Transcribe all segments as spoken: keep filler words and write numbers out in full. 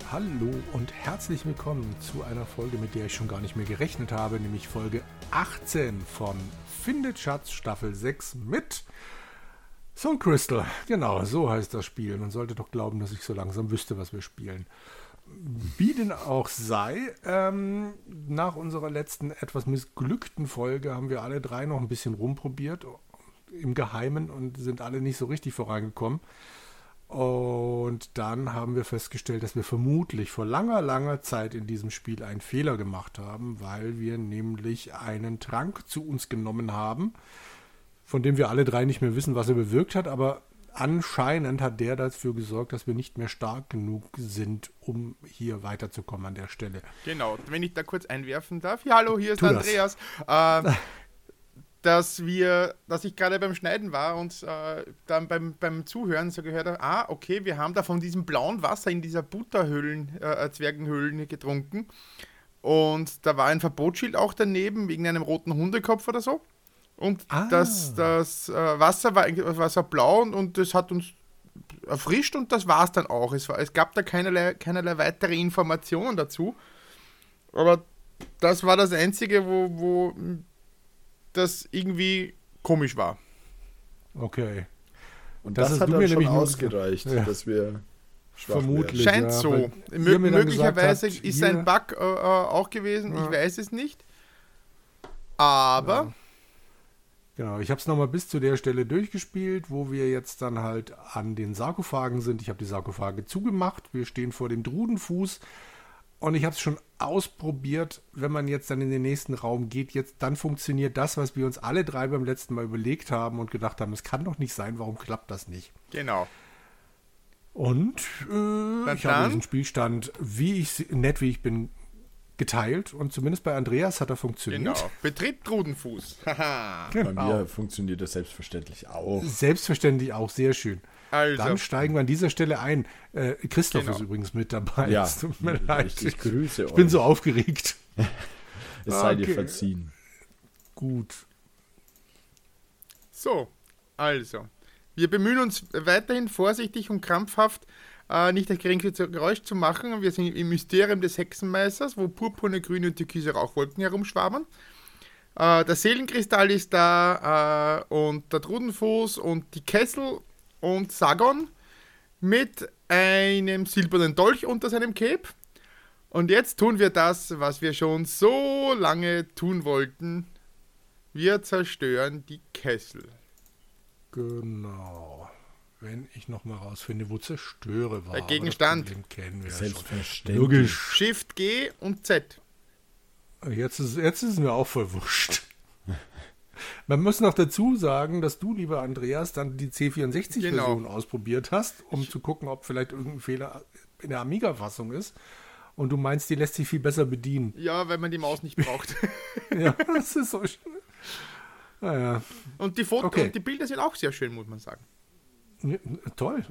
Hallo und herzlich willkommen zu einer Folge, mit der ich schon gar nicht mehr gerechnet habe, nämlich Folge achtzehn von Findet Schatz Staffel sechs mit Soul Crystal. Genau, so heißt das Spiel. Man sollte doch glauben, dass ich so langsam wüsste, was wir spielen. Wie denn auch sei, ähm, nach unserer letzten etwas missglückten Folge haben wir alle drei noch ein bisschen rumprobiert im Geheimen und sind alle nicht so richtig vorangekommen. Und dann haben wir festgestellt, dass wir vermutlich vor langer, langer Zeit in diesem Spiel einen Fehler gemacht haben, weil wir nämlich einen Trank zu uns genommen haben, von dem wir alle drei nicht mehr wissen, was er bewirkt hat, aber anscheinend hat der dafür gesorgt, dass wir nicht mehr stark genug sind, um hier weiterzukommen an der Stelle. Genau, wenn ich da kurz einwerfen darf. Ja, hallo, hier ist Tu der das. Andreas. Äh, dass wir, dass ich gerade beim Schneiden war und äh, dann beim, beim Zuhören so gehört habe, ah, okay, wir haben da von diesem blauen Wasser in dieser Butterhöhlen, äh, Zwergenhöhlen getrunken. Und da war ein Verbotsschild auch daneben, wegen einem roten Hundekopf oder so. Und Ah. das, das äh, Wasser war, war so blau und, und das hat uns erfrischt und das war es dann auch. Es, war, es gab da keinerlei, keinerlei weitere Informationen dazu. Aber das war das Einzige, wo, wo das irgendwie komisch war. Okay. Und Das das, hast hat du dann mir schon nämlich nur ausgereicht, gesagt. Ja. dass wir schwach Vermutlich. werden. Scheint ja, so. weil Mö- ihr mir dann möglicherweise gesagt habt, ist hier- ein Bug äh, auch gewesen, Ja. ich weiß es nicht. Aber, Ja. Genau, ich habe es nochmal bis zu der Stelle durchgespielt, wo wir jetzt dann halt an den Sarkophagen sind. Ich habe die Sarkophage zugemacht, wir stehen vor dem Drudenfuß und ich habe es schon ausprobiert, wenn man jetzt dann in den nächsten Raum geht, jetzt dann funktioniert das, was wir uns alle drei beim letzten Mal überlegt haben und gedacht haben, es kann doch nicht sein, warum klappt das nicht? genau. Und äh, ich habe dann? diesen Spielstand, wie ich nett wie ich bin, geteilt und zumindest bei Andreas hat er funktioniert. Genau. Betritt Trudenfuß. Haha. Bei Genau. mir funktioniert das selbstverständlich auch. Selbstverständlich auch, sehr schön. Also, Dann steigen wir an dieser Stelle ein. Äh, Christoph Genau. ist übrigens mit dabei. Ja, Es tut mir ich- leid. ich grüße Ich bin euch. so aufgeregt. Es sei Okay. dir verziehen. Gut. so, also. Wir bemühen uns weiterhin vorsichtig und krampfhaft, äh, nicht das geringste Geräusch zu machen. Wir sind im Mysterium des Hexenmeisters, wo purpurne, grüne und türkise Rauchwolken herumschwabern. Äh, der Seelenkristall ist da äh, und der Trudenfuß und die Kessel und Sagon mit einem silbernen Dolch unter seinem Cape. Und jetzt tun wir das, was wir schon so lange tun wollten. Wir zerstören die Kessel. Genau. Wenn ich nochmal rausfinde, wo zerstöre war. Der aber Gegenstand. Das Problem kennen wir ja Selbstverständlich. schon. Logisch. Shift G und Z. Jetzt ist, jetzt ist es mir auch voll wurscht. Man muss noch dazu sagen, dass du, lieber Andreas, dann die C vierundsechzig-Version Genau. ausprobiert hast, um zu gucken, ob vielleicht irgendein Fehler in der Amiga-Fassung ist. Und du meinst, die lässt sich viel besser bedienen. Ja, weil man die Maus nicht braucht. Ja, das ist so schön. Naja, Und die Fotos Okay. und die Bilder sind auch sehr schön, muss man sagen. ja, toll.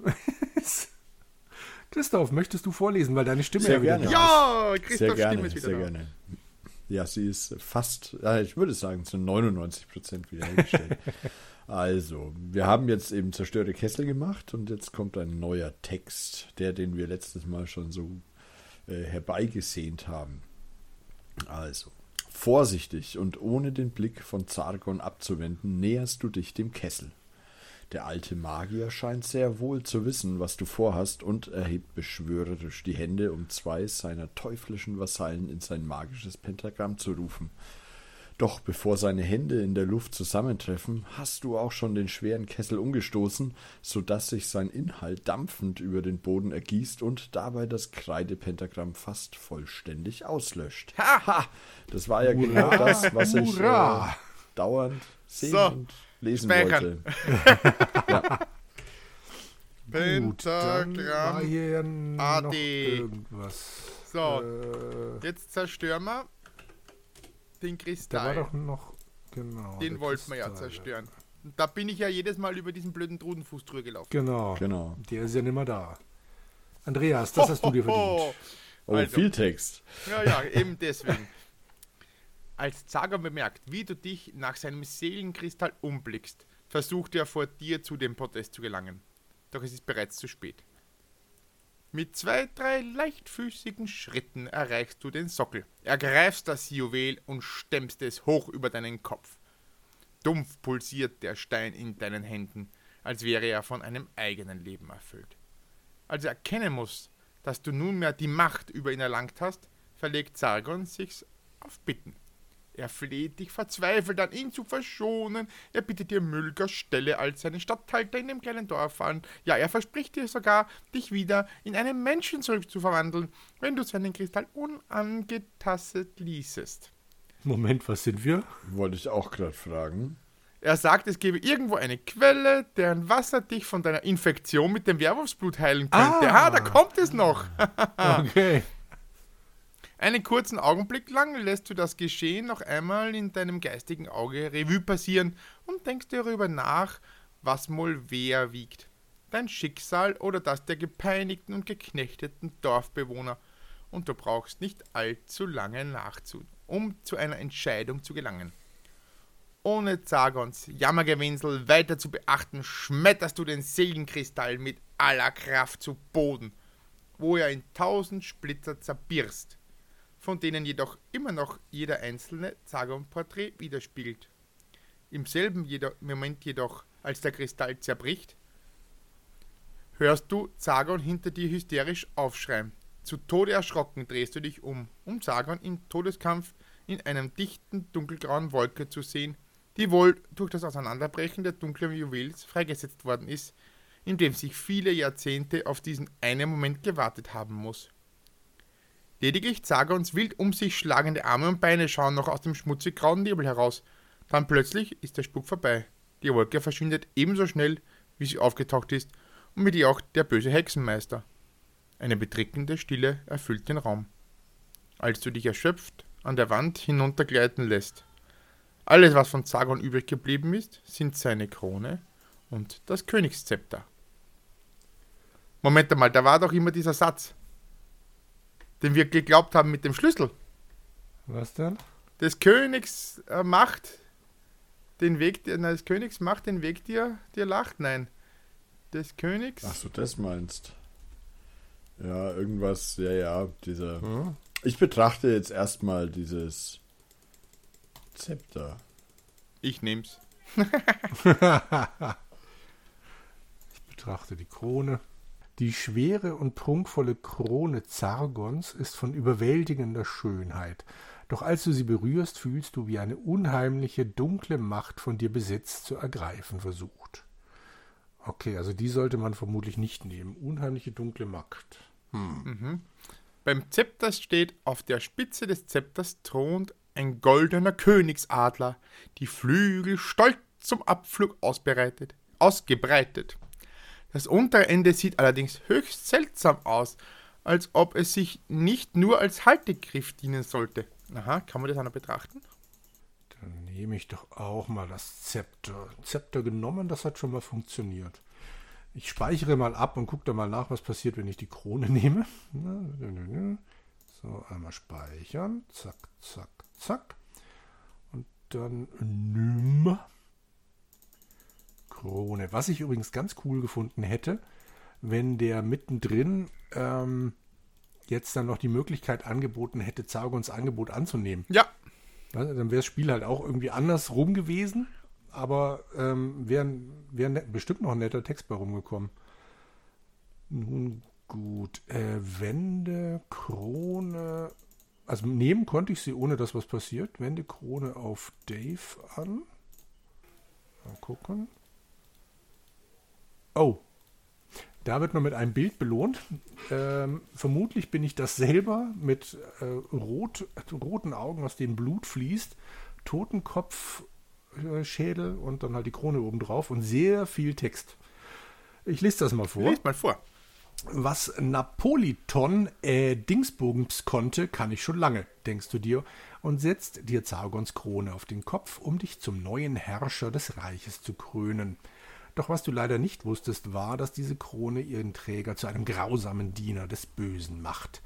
Christoph, möchtest du vorlesen, weil deine Stimme Sehr ja wieder gerne. da Ja, Sehr Christoph gerne, Stimme ist wieder sehr da. gerne. Ja, sie ist fast, äh, ich würde sagen, zu neunundneunzig Prozent wiederhergestellt. Also, wir haben jetzt eben zerstörte Kessel gemacht und jetzt kommt ein neuer Text, der, den wir letztes Mal schon so äh, herbeigesehnt haben. Also, vorsichtig und ohne den Blick von Zargon abzuwenden, näherst du dich dem Kessel. Der alte Magier scheint sehr wohl zu wissen, was du vorhast, und erhebt beschwörerisch die Hände, um zwei seiner teuflischen Vasallen in sein magisches Pentagramm zu rufen. Doch bevor seine Hände in der Luft zusammentreffen, hast du auch schon den schweren Kessel umgestoßen, so dass sich sein Inhalt dampfend über den Boden ergießt und dabei das Kreidepentagramm fast vollständig auslöscht. Haha! Das war ja genau das, was ich äh, Hurra! dauernd sehen So, und lesen speichern. wollte. Gut, dann war Pentagramm. hier noch A D. irgendwas. So, Äh, jetzt zerstören wir den da war Kristall. doch noch, genau. Den der wollten wir ja Kristall. zerstören. Und da bin ich ja jedes Mal über diesen blöden Trudenfuß drüber gelaufen. Genau, Genau. der ist ja nicht mehr da. Andreas, das hast du dir verdient. Oh, Also. viel Text. Ja, ja, eben deswegen. Als Zager bemerkt, wie du dich nach seinem Seelenkristall umblickst, versucht er vor dir zu dem Podest zu gelangen. Doch es ist bereits zu spät. Mit zwei, drei leichtfüßigen Schritten erreichst du den Sockel, ergreifst das Juwel und stemmst es hoch über deinen Kopf. Dumpf pulsiert der Stein in deinen Händen, als wäre er von einem eigenen Leben erfüllt. Als er erkennen muss, dass du nunmehr die Macht über ihn erlangt hast, verlegt Sargon sich's auf Bitten. Er fleht dich verzweifelt an, ihn zu verschonen. Er bittet dir Mülgers Stelle als seinen Statthalter in dem kleinen Dorf an. Ja, er verspricht dir sogar, dich wieder in einen Menschen zurückzuverwandeln, wenn du seinen Kristall unangetastet ließest. Moment, was sind wir? Wollte ich auch gerade fragen. Er sagt, es gebe irgendwo eine Quelle, deren Wasser dich von deiner Infektion mit dem Werwolfsblut heilen könnte. Ah, ah da kommt es noch. Okay. Einen kurzen Augenblick lang lässt du das Geschehen noch einmal in deinem geistigen Auge Revue passieren und denkst darüber nach, was wohl wer wiegt. Dein Schicksal oder das der gepeinigten und geknechteten Dorfbewohner. Und du brauchst nicht allzu lange nachzu, um zu einer Entscheidung zu gelangen. Ohne Sargons Jammergewinsel weiter zu beachten, schmetterst du den Seelenkristall mit aller Kraft zu Boden, wo er in tausend Splitter zerbirst, von denen jedoch immer noch jeder einzelne Sargon-Porträt widerspiegelt. Im selben jedo- Moment jedoch, als der Kristall zerbricht, hörst du Sargon hinter dir hysterisch aufschreien. Zu Tode erschrocken drehst du dich um, um Sargon im Todeskampf in einem dichten, dunkelgrauen Wolke zu sehen, die wohl durch das Auseinanderbrechen der dunklen Juwels freigesetzt worden ist, in dem sich viele Jahrzehnte auf diesen einen Moment gewartet haben muss. Lediglich Sargons wild um sich schlagende Arme und Beine schauen noch aus dem schmutzig grauen Nebel heraus. Dann plötzlich ist der Spuk vorbei. Die Wolke verschwindet ebenso schnell, wie sie aufgetaucht ist, und mit ihr auch der böse Hexenmeister. Eine bedrückende Stille erfüllt den Raum, als du dich erschöpft an der Wand hinuntergleiten lässt. Alles, was von Sargon übrig geblieben ist, sind seine Krone und das Königszepter. Moment einmal, da war doch immer dieser Satz, den wir geglaubt haben mit dem Schlüssel. Was denn? Des Königs äh, Macht den Weg, nein, des Königs Macht den Weg dir, dir lacht, nein. Des Königs... Ach so, das meinst. Ja, irgendwas, ja, ja, dieser... Hm? Ich betrachte jetzt erstmal dieses Zepter. Ich nehm's. Ich betrachte die Krone. Die schwere und prunkvolle Krone Sargons ist von überwältigender Schönheit. Doch als du sie berührst, fühlst du, wie eine unheimliche, dunkle Macht von dir Besitz zu ergreifen versucht. Okay, also die sollte man vermutlich nicht nehmen. Unheimliche, dunkle Macht. Hm. Mhm. Beim Zepter steht, auf der Spitze des Zepters thront ein goldener Königsadler, die Flügel stolz zum Abflug ausbereitet, ausgebreitet. Das untere Ende sieht allerdings höchst seltsam aus, als ob es sich nicht nur als Haltegriff dienen sollte. Aha, kann man das auch noch betrachten? Dann nehme ich doch auch mal das Zepter. Zepter genommen, das hat schon mal funktioniert. Ich speichere mal ab und gucke da mal nach, was passiert, wenn ich die Krone nehme. So, einmal speichern. Zack, zack, zack. Und dann nimm Krone. Was ich übrigens ganz cool gefunden hätte, wenn der mittendrin ähm, jetzt dann noch die Möglichkeit angeboten hätte, Sargons Angebot anzunehmen. Ja. Also, dann wäre das Spiel halt auch irgendwie anders rum gewesen, aber ähm, wäre wär ne, bestimmt noch ein netter Text bei rumgekommen. Nun gut, äh, Wende, Krone, also nehmen konnte ich sie, ohne dass was passiert. Wende Krone auf Dave an. Mal gucken. Oh, da wird man mit einem Bild belohnt. Ähm, vermutlich bin ich das selber mit äh, rot, roten Augen, aus denen Blut fließt, Totenkopfschädel äh, und dann halt die Krone oben drauf und sehr viel Text. Ich lese das mal vor. Lies mal vor. Was Napoliton äh, Dingsbums konnte, kann ich schon lange, denkst du dir, und setzt dir Sargons Krone auf den Kopf, um dich zum neuen Herrscher des Reiches zu krönen. Doch was du leider nicht wusstest, war, dass diese Krone ihren Träger zu einem grausamen Diener des Bösen macht.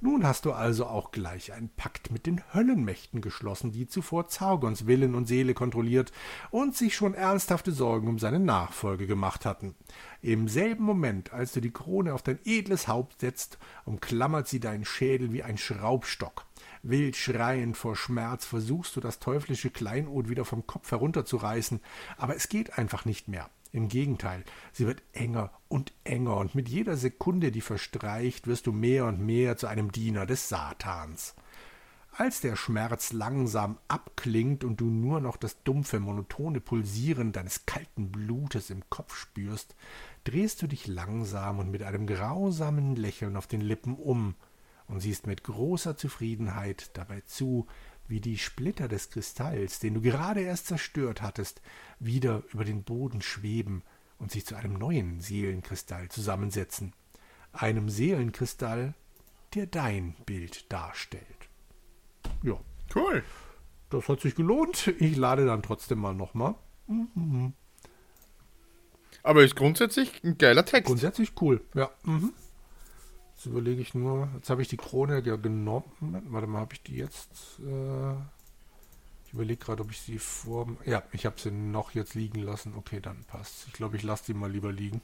Nun hast du also auch gleich einen Pakt mit den Höllenmächten geschlossen, die zuvor Zargons Willen und Seele kontrolliert und sich schon ernsthafte Sorgen um seine Nachfolge gemacht hatten. Im selben Moment, als du die Krone auf dein edles Haupt setzt, umklammert sie deinen Schädel wie ein Schraubstock. Wild schreiend vor Schmerz versuchst du, das teuflische Kleinod wieder vom Kopf herunterzureißen, aber es geht einfach nicht mehr. Im Gegenteil, sie wird enger und enger, und mit jeder Sekunde, die verstreicht, wirst du mehr und mehr zu einem Diener des Satans. Als der Schmerz langsam abklingt und du nur noch das dumpfe, monotone Pulsieren deines kalten Blutes im Kopf spürst, drehst du dich langsam und mit einem grausamen Lächeln auf den Lippen um und siehst mit großer Zufriedenheit dabei zu, wie die Splitter des Kristalls, den du gerade erst zerstört hattest, wieder über den Boden schweben und sich zu einem neuen Seelenkristall zusammensetzen. Einem Seelenkristall, der dein Bild darstellt. Ja, Cool. das hat sich gelohnt. Ich lade dann trotzdem mal nochmal. Mhm. Aber ist grundsätzlich ein geiler Text. Grundsätzlich cool, ja. Mhm. Jetzt überlege ich nur, jetzt habe ich die Krone ja genommen. Warte mal, habe ich die jetzt? Äh, ich überlege gerade, ob ich sie vor... Ja, ich habe sie noch jetzt liegen lassen. Okay, dann passt. Ich glaube, ich lasse die mal lieber liegen.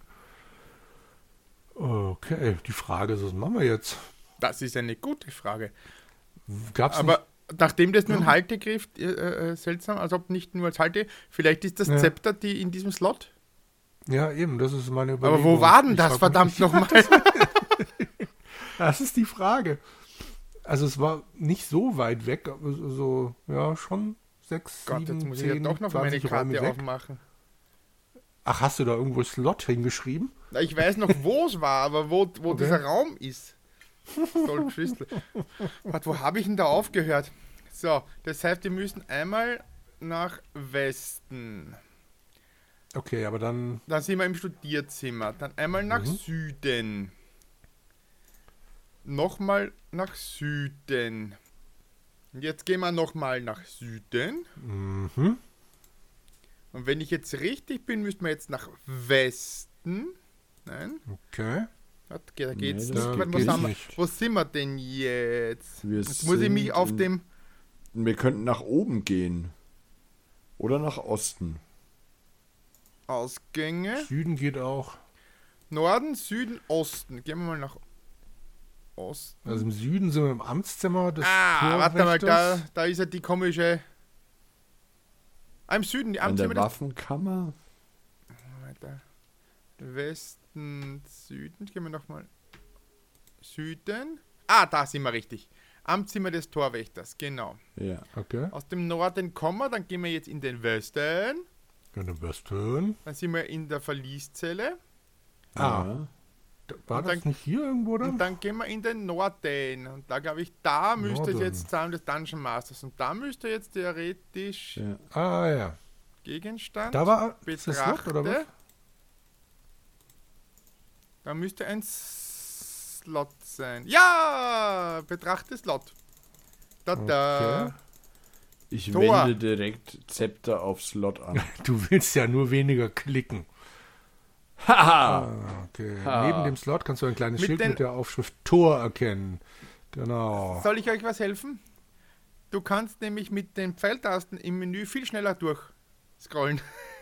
Okay, die Frage ist, was machen wir jetzt? Das ist eine gute Frage. Gab's Aber nachdem das nur ein Ja. Haltegriff, äh, äh, seltsam, als ob nicht nur als Halte, vielleicht ist das Ja. Zepter die in diesem Slot. nicht? Ja, eben, das ist meine Überlegung. Aber wo war denn Ich das, frag mich- verdammt nochmal? Das ist die Frage. Also es war nicht so weit weg, aber so, ja, schon sechs, Gott, sieben, jetzt muss zehn, ich ja doch noch meine zwanzig Räume Karte weg. aufmachen. Ach, hast du da irgendwo Slot hingeschrieben? Na, ich weiß noch, wo es war, aber wo, wo Okay. dieser Raum ist. Soll Schüssel. Warte, wo habe ich denn da aufgehört? So, das heißt, wir müssen einmal nach Westen. Okay, aber dann, Dann sind wir im Studierzimmer. Dann einmal nach Mhm. Süden. Nochmal nach Süden. Und jetzt gehen wir nochmal nach Süden. mhm. Und wenn ich jetzt richtig bin, müssen wir jetzt nach Westen. Nein, Okay. warte, da Nee, geht's das nicht. geht Warte, wo, nicht. sind wir, wo sind wir denn jetzt? Wir Jetzt muss ich mich sind auf in- dem... Wir könnten nach oben gehen. Oder nach Osten. Ausgänge. Süden geht auch. Norden, Süden, Osten. Gehen wir mal nach Osten. Also im Süden sind wir im Amtszimmer des Ah, warte mal, da, Torwächters. da ist ja die komische... Ah, im Süden, die An der Amtszimmer des... Waffenkammer. Weiter. Westen, Süden. Gehen wir nochmal. Süden. Ah, da sind wir richtig. Amtszimmer des Torwächters, genau. Ja. Okay. Aus dem Norden kommen wir, dann gehen wir jetzt in den Westen. In den Westen. Dann sind wir in der Verlieszelle. Ah, Ja. da- war Und das dann- nicht hier irgendwo Und dann? dann gehen wir in den Norden. Und da glaube ich, da müsste es Norden. jetzt sein, des Dungeon Masters. Und da müsste jetzt theoretisch Ja. Ah, ja. Gegenstand Da war das Slot, betrachte. oder was? Da müsste ein Slot sein. Ja! Betrachte Slot. Da, da. Okay. Ich Tor. wende direkt Zepter auf Slot an. Du willst ja nur weniger klicken. Haha! Ah, okay. Ha. Neben dem Slot kannst du ein kleines Mit Schild den- mit der Aufschrift Tor erkennen. Genau. Soll ich euch was helfen? Du kannst nämlich mit den Pfeiltasten im Menü viel schneller durchscrollen.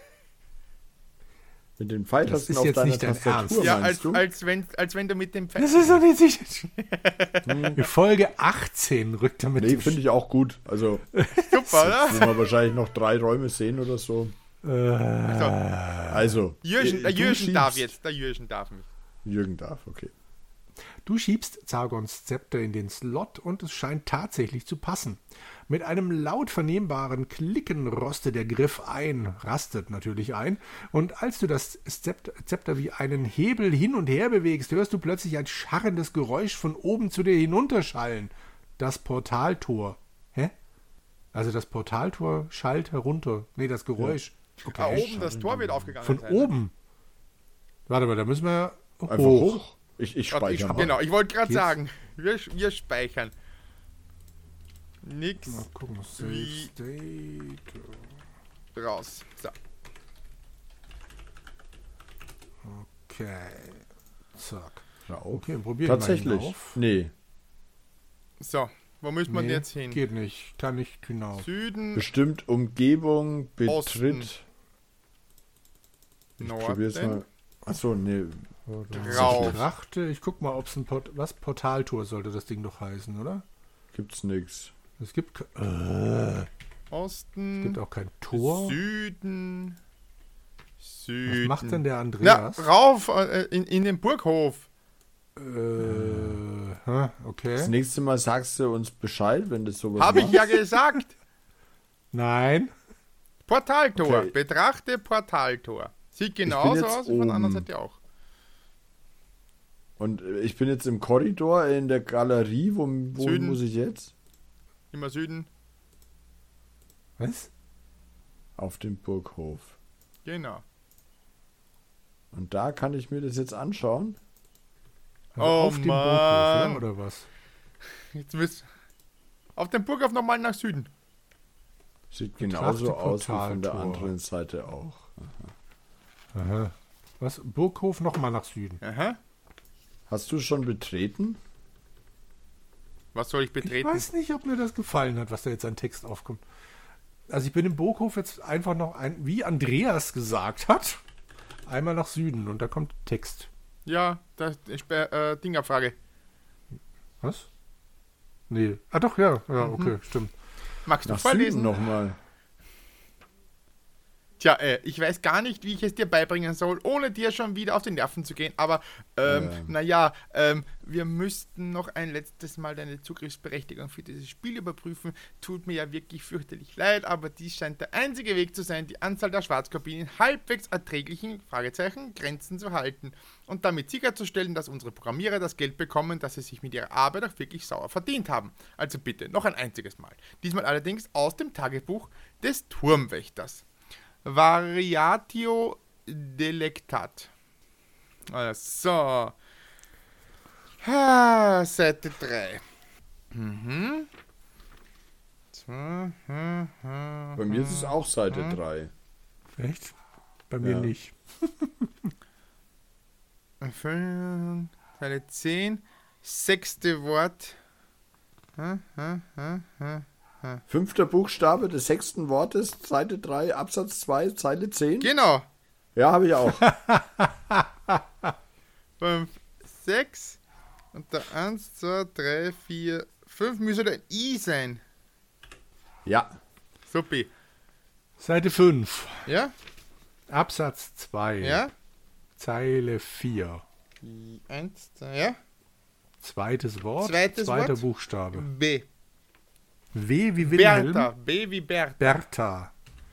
Mit den Das Pfeiltasten ist auf jetzt deiner nicht dein Tastatur, Ernst. Ja, als, meinst du? als, wenn, als wenn du mit dem Pfeil... Das ist doch nicht sicher. Folge achtzehn rückt er mit Nee, dem finde ich auch gut. Also, Super, oder? wo wir wahrscheinlich noch drei Räume sehen oder so. Äh, Also, Jürgen, der du Jürgen darf schiebst- jetzt, der Jürgen darf mich. Jürgen darf, okay. Du schiebst Zargons Zepter in den Slot und es scheint tatsächlich zu passen. Mit einem laut vernehmbaren Klicken rostet der Griff ein, rastet natürlich ein, und als du das Zept- Zepter wie einen Hebel hin und her bewegst, hörst du plötzlich ein scharrendes Geräusch von oben zu dir hinunterschallen. Das Portaltor. Hä? Also das Portaltor schallt herunter. Nee, das Geräusch. Okay. Ah, oben das Tor wird aufgegangen Von sein. ne? oben. Warte mal, da müssen wir Einfach hoch. hoch. Ich, ich Warte, ich, speichere mal. genau, ich wollte gerade Geht's? sagen, wir, wir speichern. Nix Mal gucken. Save Wie- State. raus. So. Okay. Zack. Rauf. Okay, probier ich mal Tatsächlich. hinauf. Nee. So, wo müssen wir Nee, jetzt hin? geht nicht. Kann nicht hinaus. Süden, Bestimmt Umgebung, Osten. Betritt. Ich probier's Norden, mal. Achso, nee. Rauf. Betrachte, ich guck mal, ob es ein Port was Portaltor sollte das Ding doch heißen, oder? Gibt's nix. Es gibt, ke- äh, es Osten, gibt auch kein Tor. Süden, Süden. Was macht denn der Na, Andreas? rauf äh, in, in den Burghof. Äh, hä, Das okay. nächste Mal sagst du uns Bescheid, wenn das sowas Habe ich machst. ja gesagt. Nein. Portaltor. Okay. Betrachte Portaltor. Sieht bin genauso jetzt aus wie von der anderen oben. Seite auch. Und äh, ich bin jetzt im Korridor in der Galerie. Wo, wo Süden. muss ich jetzt? Immer Süden. Was? Auf dem Burghof. Genau. Und da kann ich mir das jetzt anschauen. Also Oh auf dem Mann. Burghof, oder, oder was? Jetzt müsst auf dem Burghof nochmal nach Süden. Sieht Betrachte genauso aus wie von der Portaltor. anderen Seite auch. Aha. Was? Burghof nochmal nach Süden. Aha. Hast du schon betreten? Was soll ich Ich betreten? weiß nicht, ob mir das gefallen hat, was da jetzt an Text aufkommt. Also ich bin im Burghof jetzt einfach noch ein, wie Andreas gesagt hat, einmal nach Süden und da kommt Text. Ja, das ist äh, Dingerfrage. Was? Nee. Ah doch, ja, ja, okay, stimmt. Magst du Nach Süden vorlesen? nochmal. Tja, äh, ich weiß gar nicht, wie ich es dir beibringen soll, ohne dir schon wieder auf die Nerven zu gehen. Aber, ähm, Ähm. naja, ähm, wir müssten noch ein letztes Mal deine Zugriffsberechtigung für dieses Spiel überprüfen. Tut mir ja wirklich fürchterlich leid, aber dies scheint der einzige Weg zu sein, die Anzahl der Schwarzkopien in halbwegs erträglichen, Fragezeichen, Grenzen zu halten. Und damit sicherzustellen, dass unsere Programmierer das Geld bekommen, das sie sich mit ihrer Arbeit auch wirklich sauer verdient haben. Also bitte, noch ein einziges Mal. Diesmal allerdings aus dem Tagebuch des Turmwächters. Variatio Delectat. Also. Ah, Seite drei. Mhm. Bei mir ist es auch Seite drei. Echt? Bei mir Ja. nicht. Seite zehn. Sechste Wort. Hm, hm, hm, hm. Fünfter Buchstabe des sechsten Wortes, Seite drei, Absatz zwei, Zeile zehn. Genau. Ja, habe ich auch. fünf, sechs. Und da eins, zwei, drei, vier, fünf müsste ein I sein. Ja. Supi. Seite fünf, Ja? Absatz zwei, Ja? Zeile vier. Eins, zwei, ja? Zweites Wort, Zweites zweiter Wort. Buchstabe. B. W wie Wilhelm. Bertha. B wie Bertha. Bertha.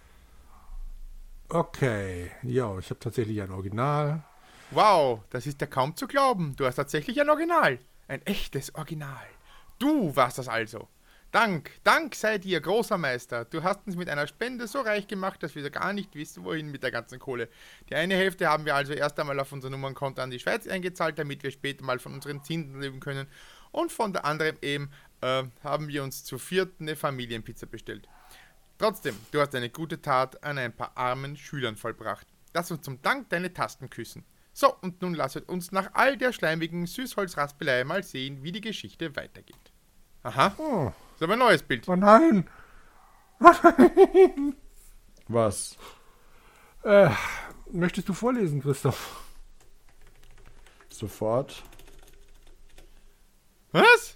Okay, ja, ich habe tatsächlich ein Original. Wow, das ist ja kaum zu glauben. Du hast tatsächlich ein Original. Ein echtes Original. Du warst das also. Dank, Dank sei dir, großer Meister. Du hast uns mit einer Spende so reich gemacht, dass wir gar nicht wissen, wohin mit der ganzen Kohle. Die eine Hälfte haben wir also erst einmal auf unser Nummernkonto an die Schweiz eingezahlt, damit wir später mal von unseren Zinsen leben können. Und von der anderen eben äh, haben wir uns zur vierten eine Familienpizza bestellt. Trotzdem, du hast eine gute Tat an ein paar armen Schülern vollbracht. Lass uns zum Dank deine Tasten küssen. So, und nun lasset uns nach all der schleimigen Süßholzraspelei mal sehen, wie die Geschichte weitergeht. Aha, Oh, das ist aber ein neues Bild. oh nein. Was? Äh, möchtest du vorlesen, Christoph? Sofort. Was?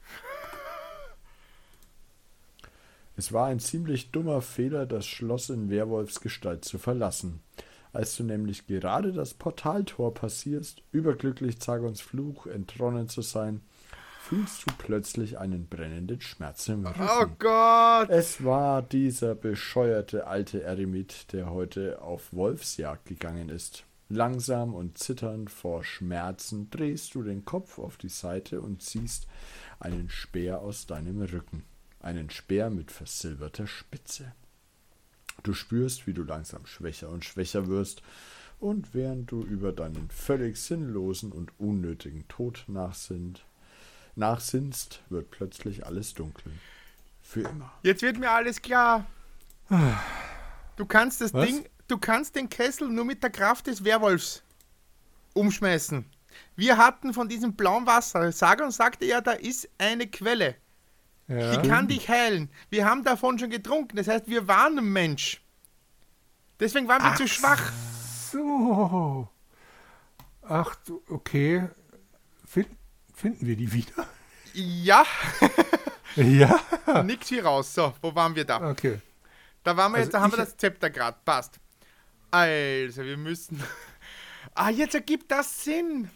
Es war ein ziemlich dummer Fehler, das Schloss in Werwolfsgestalt zu verlassen. Als du nämlich gerade das Portaltor passierst, überglücklich Zagons Fluch entronnen zu sein, fühlst du plötzlich einen brennenden Schmerz im Rücken. Oh Gott! Es war dieser bescheuerte alte Eremit, der heute auf Wolfsjagd gegangen ist. Langsam und zitternd vor Schmerzen drehst du den Kopf auf die Seite und ziehst einen Speer aus deinem Rücken. Einen Speer mit versilberter Spitze. Du spürst, wie du langsam schwächer und schwächer wirst, und während du über deinen völlig sinnlosen und unnötigen Tod nachsinnt, nachsinnst, wird plötzlich alles dunkel. Für immer. Jetzt wird mir alles klar. Du kannst das Was? Ding, du kannst den Kessel nur mit der Kraft des Werwolfs umschmeißen. Wir hatten von diesem blauen Wasser, sage und sagte ja, da ist eine Quelle. Ja. Die kann dich heilen. Wir haben davon schon getrunken. Das heißt, wir waren ein Mensch. Deswegen waren wir Ach zu schwach. So. Ach, du- okay. Find, finden wir die wieder? Ja, Ja. nix wie raus. So, wo waren wir da? Okay. Da waren wir Also jetzt, da haben ich- wir das Zepter gerade. Passt. Also, wir müssen. Ah, jetzt ergibt das Sinn.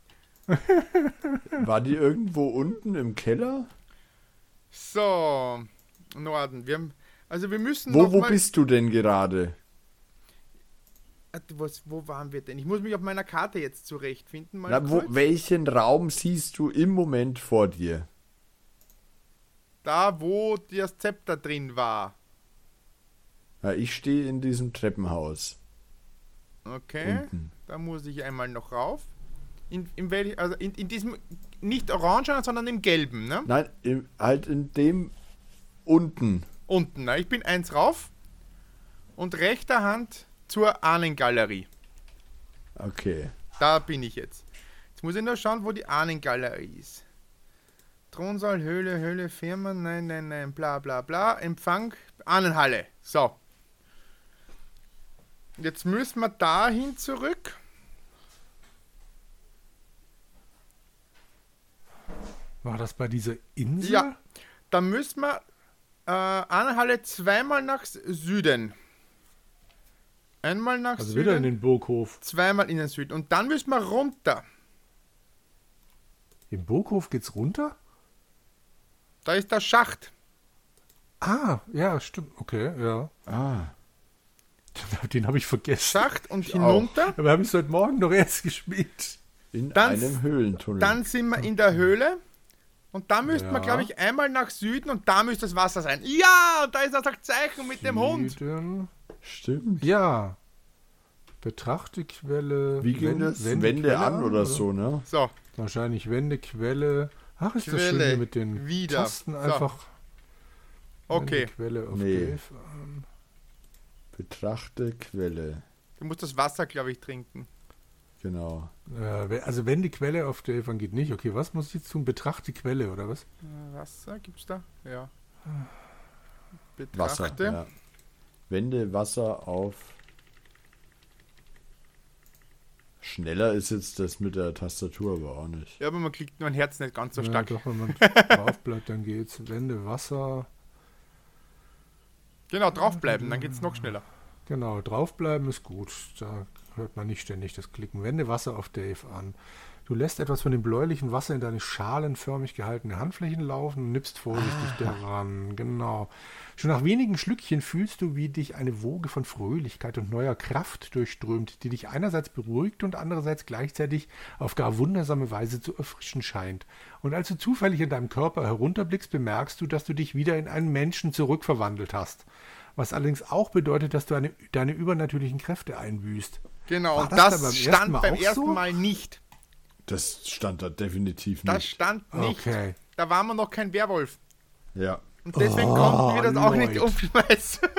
War die irgendwo unten im Keller? So, Norden. Wir haben, also, wir müssen. Wo, noch wo mal, bist du denn gerade? Ah, Was, wo waren wir denn? Ich muss mich auf meiner Karte jetzt zurechtfinden. Mal Na, wo, kurz. welchen Raum siehst du im Moment vor dir? Da, wo das Zepter drin war. Ja, ich stehe in diesem Treppenhaus. Okay, Unten. da muss ich einmal noch rauf. In, in, welch, also in, in diesem, nicht orange, sondern im gelben, ne? Nein, im, halt in dem unten. Unten, ne? Ich bin eins rauf und rechter Hand zur Ahnengalerie. Okay. Da bin ich jetzt. Jetzt muss ich nur schauen, wo die Ahnengalerie ist. Thronsaal, Höhle, Höhle, Firmen, nein, nein, nein, bla bla bla. Empfang, Ahnenhalle. So. Jetzt müssen wir dahin zurück. War das bei dieser Insel? Ja. Da müssen wir äh, Ahnenhalle zweimal nach Süden. Einmal nach Also Süden, wieder in den Burghof. zweimal in den Süden. Und dann müssen wir runter. Im Burghof geht's runter? Da ist der Schacht. Ah, ja, stimmt. Okay, ja. Ah. Den habe ich vergessen. Schacht und Ich hinunter. Aber habe ich heute Morgen noch erst gespielt. In Dann- einem Höhlentunnel. Dann sind wir in der Höhle. Und da müssten wir, Ja. glaube ich, einmal nach Süden und da müsste das Wasser sein. Ja, und da ist das Zeichen mit dem Hund. Süden. Stimmt. Ja. Betrachte Quelle. Wie ging Wend- das? Wende Wände Quelle an oder so, ne? So, Wahrscheinlich Wende, Quelle. Ach, ist das Quelle, schön hier mit den wieder. Tasten So. einfach. okay. Wende, Quelle auf Nee. Dave an. Betrachte Quelle. Du musst das Wasser, glaube ich, trinken. Genau. Äh, we- also Wende Quelle auf Dave an geht nicht. Okay, was muss ich jetzt tun? Betrachte Quelle oder was? Äh, Wasser gibt's da? Ja. Wasser. Betrachte. Ja. Wende Wasser auf. Schneller ist jetzt das mit der Tastatur aber auch nicht. Ja, aber man klickt nur ein Herz nicht ganz so Ja, stark. doch, wenn man drauf bleibt, dann geht's. Wende Wasser. Genau, draufbleiben, dann geht's noch schneller. Genau, draufbleiben ist gut. Da hört man nicht ständig das Klicken. Wende Wasser auf Dave an. Du lässt etwas von dem bläulichen Wasser in deine schalenförmig gehaltene Handflächen laufen und nippst vorsichtig daran. Genau. Schon nach wenigen Schlückchen fühlst du, wie dich eine Woge von Fröhlichkeit und neuer Kraft durchströmt, die dich einerseits beruhigt und andererseits gleichzeitig auf gar wundersame Weise zu erfrischen scheint. Und als du zufällig in deinem Körper herunterblickst, bemerkst du, dass du dich wieder in einen Menschen zurückverwandelt hast. Was allerdings auch bedeutet, dass du eine, deine übernatürlichen Kräfte einbüßt. Genau, War und das das, da beim ersten stand Mal beim auch ersten so? Mal nicht. Das stand da definitiv Das nicht. stand nicht. Okay. Da waren wir noch kein Werwolf. Ja. Und deswegen Oh, konnten wir das auch nicht Leute. umschmeißen.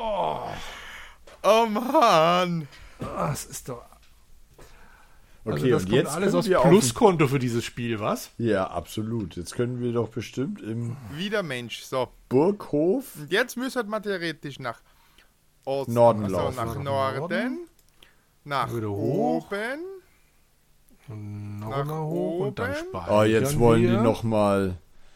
Oh Mann. Ah, das ist doch. Okay, Also das und kommt jetzt alles können aus wir auf- Pluskonto für dieses Spiel, was? Ja, absolut. Jetzt können wir doch bestimmt im Wieder Mensch. So. Burghof. Und jetzt müssen wir theoretisch nach Osten, Norden also laufen. nach Nach Norden, Norden. nach Wieder hoch. oben. Und noch Nach mal hoch und dann oben. speichern Oh, jetzt wollen wir. die nochmal.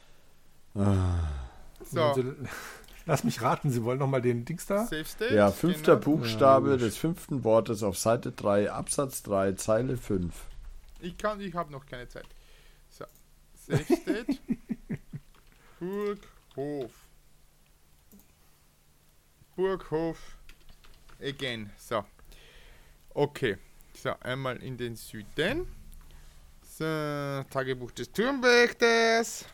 So, Also, lass mich raten, sie wollen noch mal den Dings da? Safe State. Ja, fünfter genau. Buchstabe Ja, logisch. des fünften Wortes auf Seite drei, Absatz drei, Zeile fünf. Ich kann, ich habe noch keine Zeit. So, Safe State. Burghof. Burghof. Again. So. Okay. So, einmal in den Süden. So, Tagebuch des Turmwächters.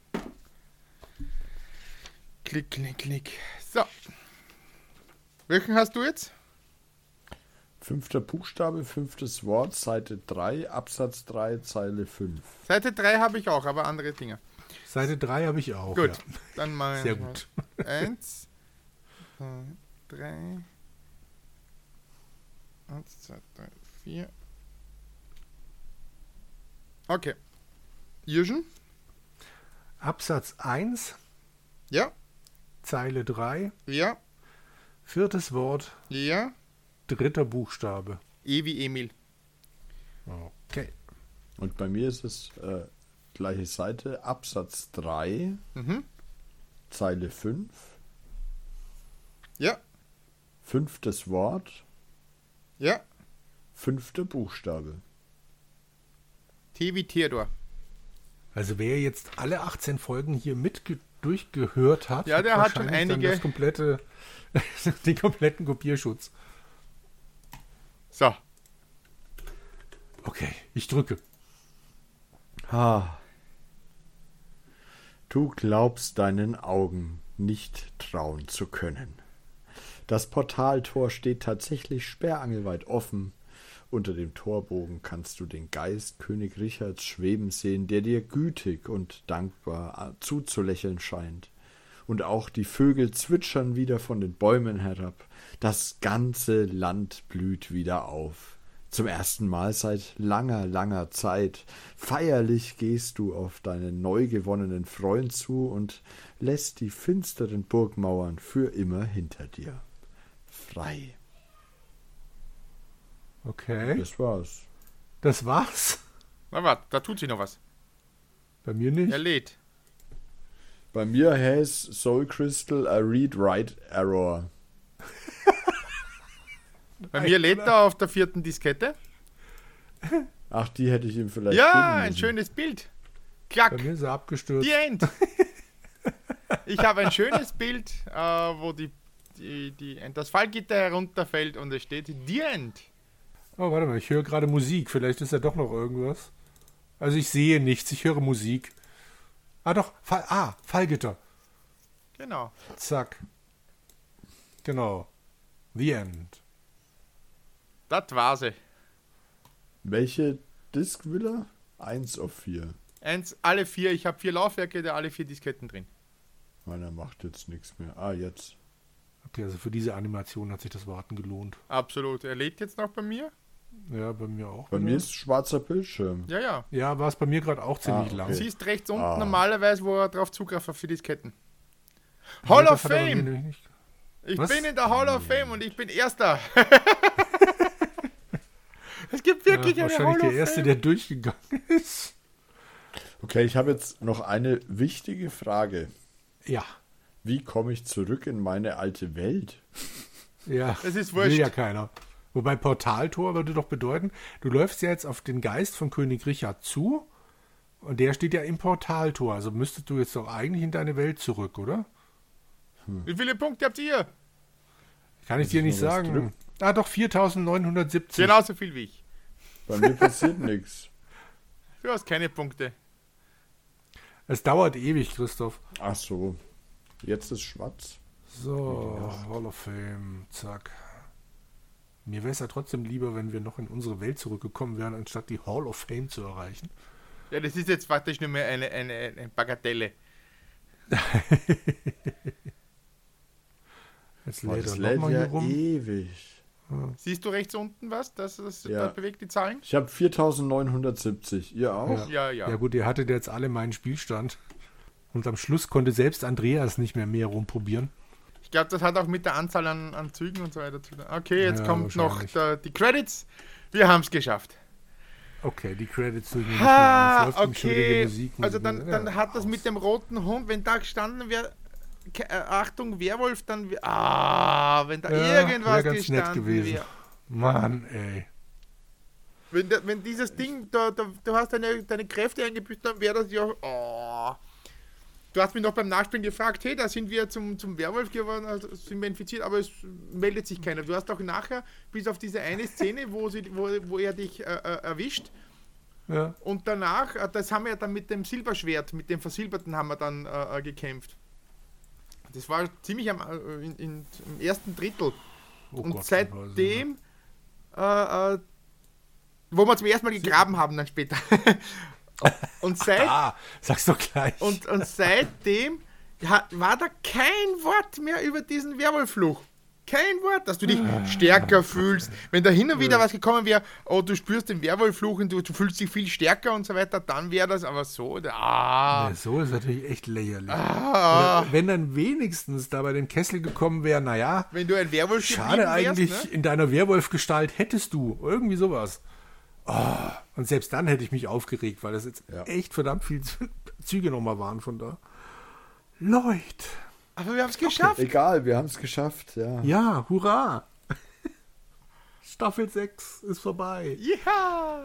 Klick, klick, klick. So. Welchen hast du jetzt? Fünfter Buchstabe, fünftes Wort, Seite drei, Absatz drei, Zeile fünf. Seite drei habe ich auch, aber andere Dinge. Seite drei habe ich auch. Gut, Ja. dann mal. Sehr gut. Eins, zwei, drei. Eins, zwei, drei, vier. Okay. Jürgen? Absatz eins, Ja. Zeile drei, Ja. viertes Wort, Ja. dritter Buchstabe. E wie Emil. Okay. Und bei mir ist es äh, gleiche Seite, Absatz drei, Mhm. Zeile fünf, Ja. fünftes Wort, Ja. fünfter Buchstabe. T wie Theodor. Also wer jetzt alle achtzehn Folgen hier mit durchgehört hat, Ja, der hat schon wahrscheinlich dann einige- das komplette, den kompletten Kopierschutz. So. Okay, ich drücke. Ha. Du glaubst deinen Augen nicht trauen zu können. Das Portaltor steht tatsächlich sperrangelweit offen. Unter dem Torbogen kannst du den Geist König Richards schweben sehen, der dir gütig und dankbar zuzulächeln scheint. Und auch die Vögel zwitschern wieder von den Bäumen herab. Das ganze Land blüht wieder auf. Zum ersten Mal seit langer, langer Zeit. Feierlich gehst du auf deinen neu gewonnenen Freund zu und lässt die finsteren Burgmauern für immer hinter dir. Frei. Okay, Das war's. das war's. Na warte, da tut sich noch was. Bei mir nicht. Er lädt. Bei mir has Soul Crystal a read-write error. Bei mir lädt er auf der vierten Diskette. Ach, die hätte ich ihm vielleicht Ja, geben ein müssen. schönes Bild. Bei Klack. mir ist er abgestürzt. The End. Ich habe ein schönes Bild, äh, wo die, die, die, das Fallgitter herunterfällt und es steht The End. Oh, warte mal, ich höre gerade Musik. Vielleicht ist ja doch noch irgendwas. Also ich sehe nichts, ich höre Musik. Ah doch, Fall, ah, Fallgitter. Genau. Zack. Genau. The End. Das war sie. Welche Disk will er? Eins auf vier. Eins, alle vier. Ich habe vier Laufwerke, da alle vier Disketten drin. Meiner macht jetzt nichts mehr. Ah, jetzt. Okay, also für diese Animation hat sich das Warten gelohnt. Absolut. Er lädt jetzt noch bei mir. Ja, bei mir auch. Bei wieder. mir ist schwarzer Bildschirm. Ja, ja. Ja, war es bei mir gerade auch ziemlich Ah, okay. lang. Siehst rechts unten Ah. normalerweise, wo er drauf Zugriff hat für Disketten. Ja, Hall das of hat er bei mir Fame! nämlich nicht. Ich Was? bin in der Hall of Fame und ich bin Erster. Es gibt Ja, wirklich eine Hall wahrscheinlich of der Erste, Fame. der durchgegangen ist. Okay, ich habe jetzt noch eine wichtige Frage. Ja. Wie komme ich zurück in meine alte Welt? Ja, Das ist will wurscht. ja keiner. Wobei Portaltor würde doch bedeuten, du läufst ja jetzt auf den Geist von König Richard zu und der steht ja im Portaltor. Also müsstest du jetzt doch eigentlich in deine Welt zurück, oder? Wie viele Punkte habt ihr? Kann ich Muss dir ich nicht noch was sagen. drücken? Ah, doch, viertausendneunhundertsiebzig. Genauso viel wie ich. Bei mir passiert nichts. Du hast keine Punkte. Es dauert ewig, Christoph. Ach so. Jetzt ist schwarz. So, Hall of Fame, zack. Mir wäre es ja trotzdem lieber, wenn wir noch in unsere Welt zurückgekommen wären, anstatt die Hall of Fame zu erreichen. Ja, das ist jetzt praktisch nur mehr eine, eine, eine Bagatelle. Jetzt Oh, lädt das er lädt nochmal ja hier rum. ewig. Siehst du rechts unten was? Das, das, Ja. das bewegt die Zahlen? Ich habe viertausendneunhundertsiebzig. Ihr auch? Ja, ja. Ja gut, ihr hattet jetzt alle meinen Spielstand. Und am Schluss konnte selbst Andreas nicht mehr mehr rumprobieren. Ich glaube, das hat auch mit der Anzahl an, an Zügen und so weiter zu tun. Okay, jetzt Ja, kommt noch wahrscheinlich. der, die Credits. Wir haben es geschafft. Okay, die Credits drücken wir nicht Ha, mehr. Es läuft nämlich schon wieder die okay. Musik, Also Musik, dann, Musik. dann Ja, hat das aus. mit dem roten Hund, wenn da gestanden wäre, Ke- äh, Achtung, Werwolf, dann wär- ah, wenn da Ja, irgendwas wär ganz nett gestanden gewesen. wäre. Mann, ey. Wenn, da, wenn dieses Ding, da, da, du hast deine, deine Kräfte eingebüßt, dann wäre das ja. Oh. Du hast mich noch beim Nachspielen gefragt, hey, da sind wir zum, zum Werwolf geworden, also sind wir infiziert, aber es meldet sich keiner. Du hast auch nachher, bis auf diese eine Szene, wo, sie, wo, wo er dich äh, äh, erwischt, Ja. und danach, äh, das haben wir dann mit dem Silberschwert, mit dem Versilberten haben wir dann äh, äh, gekämpft. Das war ziemlich am, äh, in, in, im ersten Drittel. Oh und Gott, seitdem, äh, äh, wo wir zum ersten Mal gegraben haben, dann später. und, seit, Ah, sag's doch gleich. und, und seitdem hat, war da kein Wort mehr über diesen Werwolffluch. Kein Wort, dass du dich stärker fühlst. Wenn da hin und wieder was gekommen wäre, oh, du spürst den Werwolf-Fluch und du, du fühlst dich viel stärker und so weiter, dann wäre das aber so. Ah. Ja, so ist natürlich echt lächerlich. Ah. Oder wenn dann wenigstens da bei dem Kessel gekommen wäre, naja, Wenn du ein Werwolf schade wärst, eigentlich, ne? in deiner Werwolf-Gestalt hättest du irgendwie sowas. Oh, und selbst dann hätte ich mich aufgeregt, weil das jetzt Ja. echt verdammt viele Züge nochmal waren von da. Leute. Aber wir haben es geschafft. Egal, wir haben es geschafft, ja. Ja, hurra. Staffel sechs ist vorbei. Ja.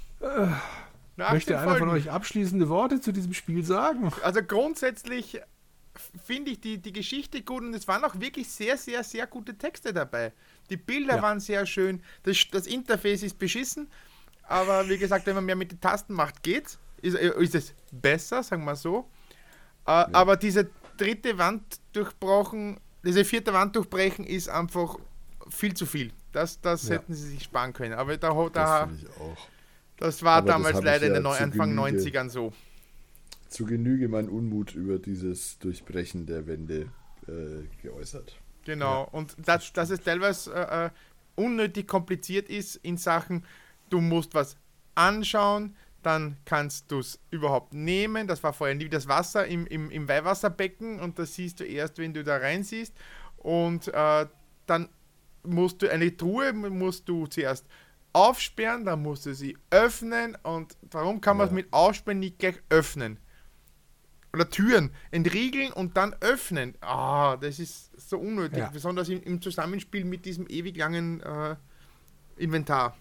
Nach Möchte den einer von Folgen. euch abschließende Worte zu diesem Spiel sagen? Also grundsätzlich finde ich die, die Geschichte gut und es waren auch wirklich sehr, sehr, sehr gute Texte dabei. Die Bilder Ja. waren sehr schön, das, das Interface ist beschissen, aber wie gesagt, wenn man mehr mit den Tasten macht, geht's. Ist, ist es besser, sagen wir so. Äh, Aber diese dritte Wand durchbrochen, diese vierte Wand durchbrechen ist einfach viel zu viel. Das, das Ja. hätten sie sich sparen können. Aber da, Das da, finde ich auch. das war Aber das damals hab ich leider in ja den Neu zu Anfang Genüge. neunzigern so. Zu Genüge mein Unmut über dieses Durchbrechen der Wände äh, geäußert. Genau, und das, dass es teilweise äh, äh, unnötig kompliziert ist in Sachen, du musst was anschauen, dann kannst du es überhaupt nehmen. Das war vorher nie das Wasser im, im, im Weihwasserbecken und das siehst du erst, wenn du da rein siehst. Und äh, dann musst du eine Truhe, musst du zuerst aufsperren, dann musst du sie öffnen und warum kann man es Ja. mit Aufsperren nicht gleich öffnen? Oder Türen entriegeln und dann öffnen. Ah, das ist so unnötig. Ja. Besonders im, im Zusammenspiel mit diesem ewig langen äh, Inventar.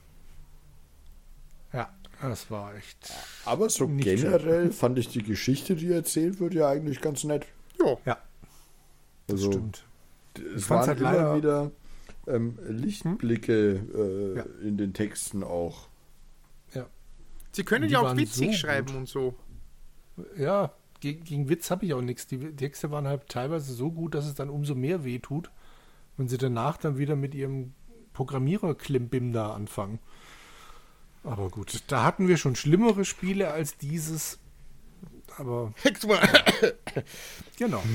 Ja, das war echt. Aber so Nicht generell fand ich die Geschichte, die erzählt wird, ja eigentlich ganz nett. Ja. Ja, das Also, stimmt. es fand's waren halt immer leider- wieder ähm, Lichtblicke äh, Ja. in den Texten auch. Sie können Die ja auch waren witzig so schreiben gut. und so. Ja, gegen, gegen Witz habe ich auch nichts. Die Texte waren halt teilweise so gut, dass es dann umso mehr wehtut, wenn sie danach dann wieder mit ihrem Programmierer-Klimbim da anfangen. Aber gut, da hatten wir schon schlimmere Spiele als dieses. Aber genau.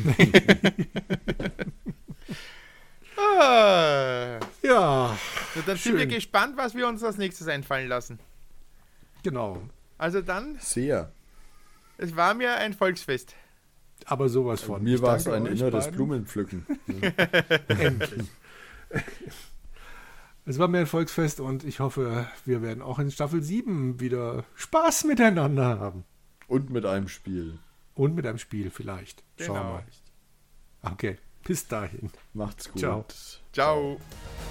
ah, Ja, na, dann sind wir Schön. gespannt, was wir uns als nächstes einfallen lassen. genau. Also dann, Sehr. es war mir ein Volksfest. Aber sowas von. Mir Ich war es danke ein euch inneres beiden. Blumenpflücken. Endlich. Es war mir ein Volksfest und ich hoffe, wir werden auch in Staffel sieben wieder Spaß miteinander haben. Und mit einem Spiel. Und mit einem Spiel vielleicht. Schauen wir Genau. mal. Okay, bis dahin. Macht's gut. Ciao. Ciao.